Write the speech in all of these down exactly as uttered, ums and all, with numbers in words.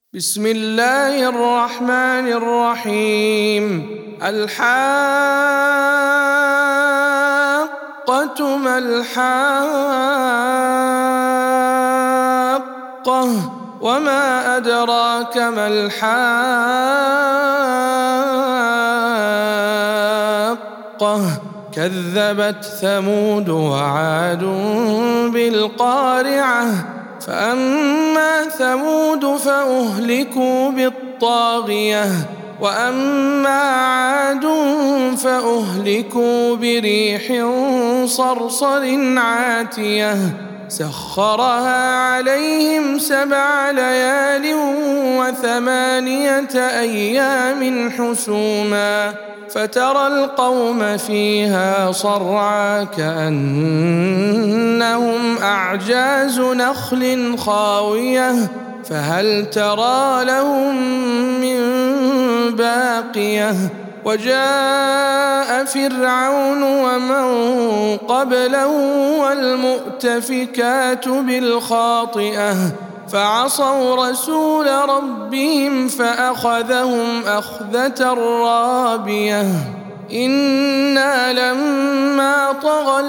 بسم الله الرحمن الرحيم. الحاقة ما الحاقة وما أدراك ما الحاقة كذبت ثمود وعاد بالقارعة فأما ثمود فأهلكوا بالطاغية وأما عاد فأهلكوا بريح صرصر عاتية سخرها عليهم سبع ليال وثمانية أيام حسوما فترى القوم فيها صرعى كأنهم أعجاز نخل خاوية فهل ترى لهم من باقية وجاء فرعون ومن قبله والمؤتفكات بالخاطئة فعصوا رسول ربهم فأخذهم أخذة رابية إنا لما طغى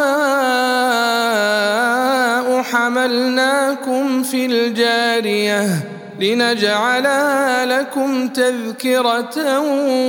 الماء حملناكم في الجارية لنجعلها لكم تذكرة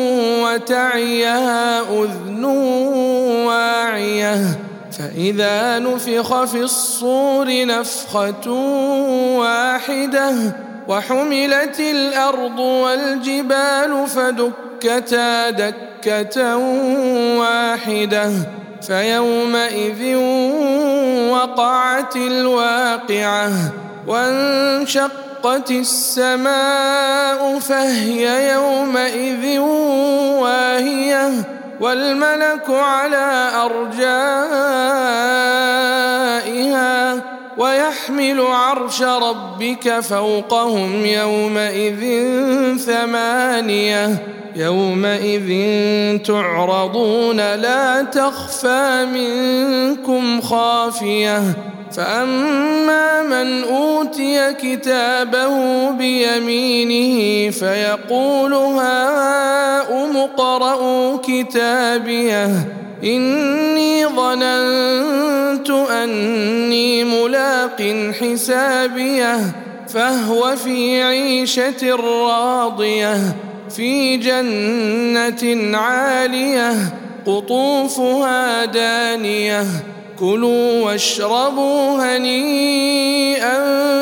وتعيها أذن واعية فإذا نفخ في الصور نفخة واحدة وحملت الأرض والجبال فدكتا دكة واحدة فيومئذ وقعت الواقعة وانشقت السماء فهي يومئذ واهية والملك على أرجائها ويحمل عرش ربك فوقهم يومئذ ثمانية يومئذ تعرضون لا تخفى منكم خافية فأما من أوتي كتابه بيمينه فيقول هاؤم اقرءوا كتابيه إني ظننت أني ملاق حسابيه فهو في عيشة راضية في جنة عالية قطوفها دانية كلوا واشربوا هنيئا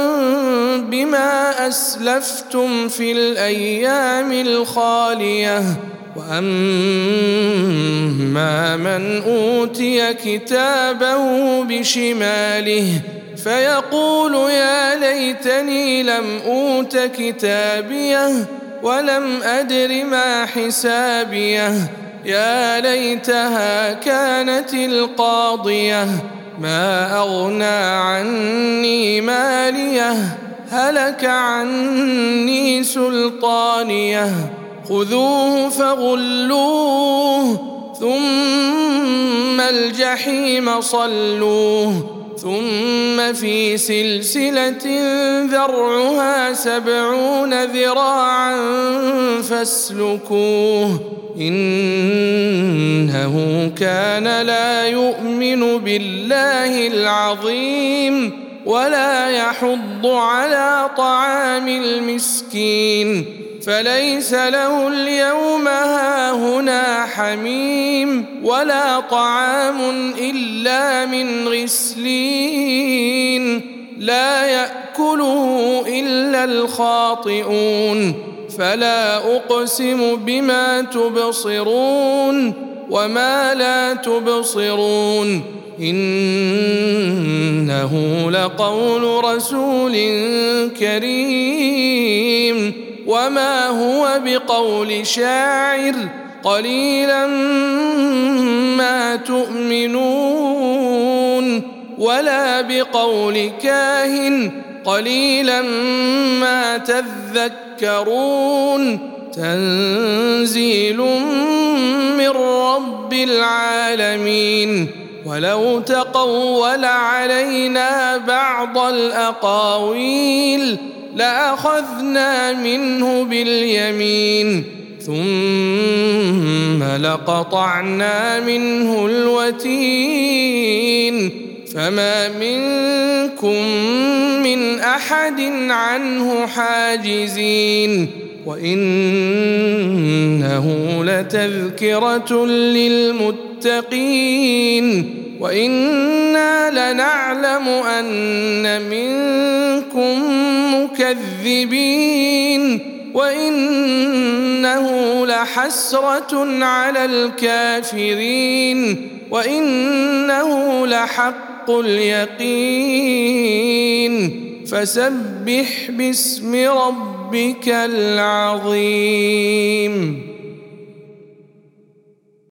بما أسلفتم في الأيام الخالية وأما من أوتي كتابه بشماله فيقول يا ليتني لم أوت كتابيه ولم أدر ما حسابيه يا ليتها كانت القاضية ما أغنى عني ماليه هلك عني سلطانيه خذوه فغلوه ثم الجحيم صلوه ثم في سلسلة ذرعها سبعون ذراعا فاسلكوه إنه كان لا يؤمن بالله العظيم ولا يحض على طعام المسكين فليس له اليوم هاهنا حميم ولا طعام إلا من غسلين لا يأكله إلا الخاطئون فلا أقسم بما تبصرون وما لا تبصرون إنه لقول رسول كريم وما هو بقول شاعر قليلا ما تؤمنون ولا بقول كاهن قليلا ما تذكرون تنزيل من رب العالمين ولو تقول علينا بعض الأقاويل لأخذنا منه باليمين ثم لقطعنا منه الوتين فما منكم من أحد عنه حاجزين وإنه لتذكرة للمتقين وإنا لنعلم أن منكم مكذبين وإنه لحسرة على الكافرين وإنه لحق اليقين فسبح باسم ربك العظيم.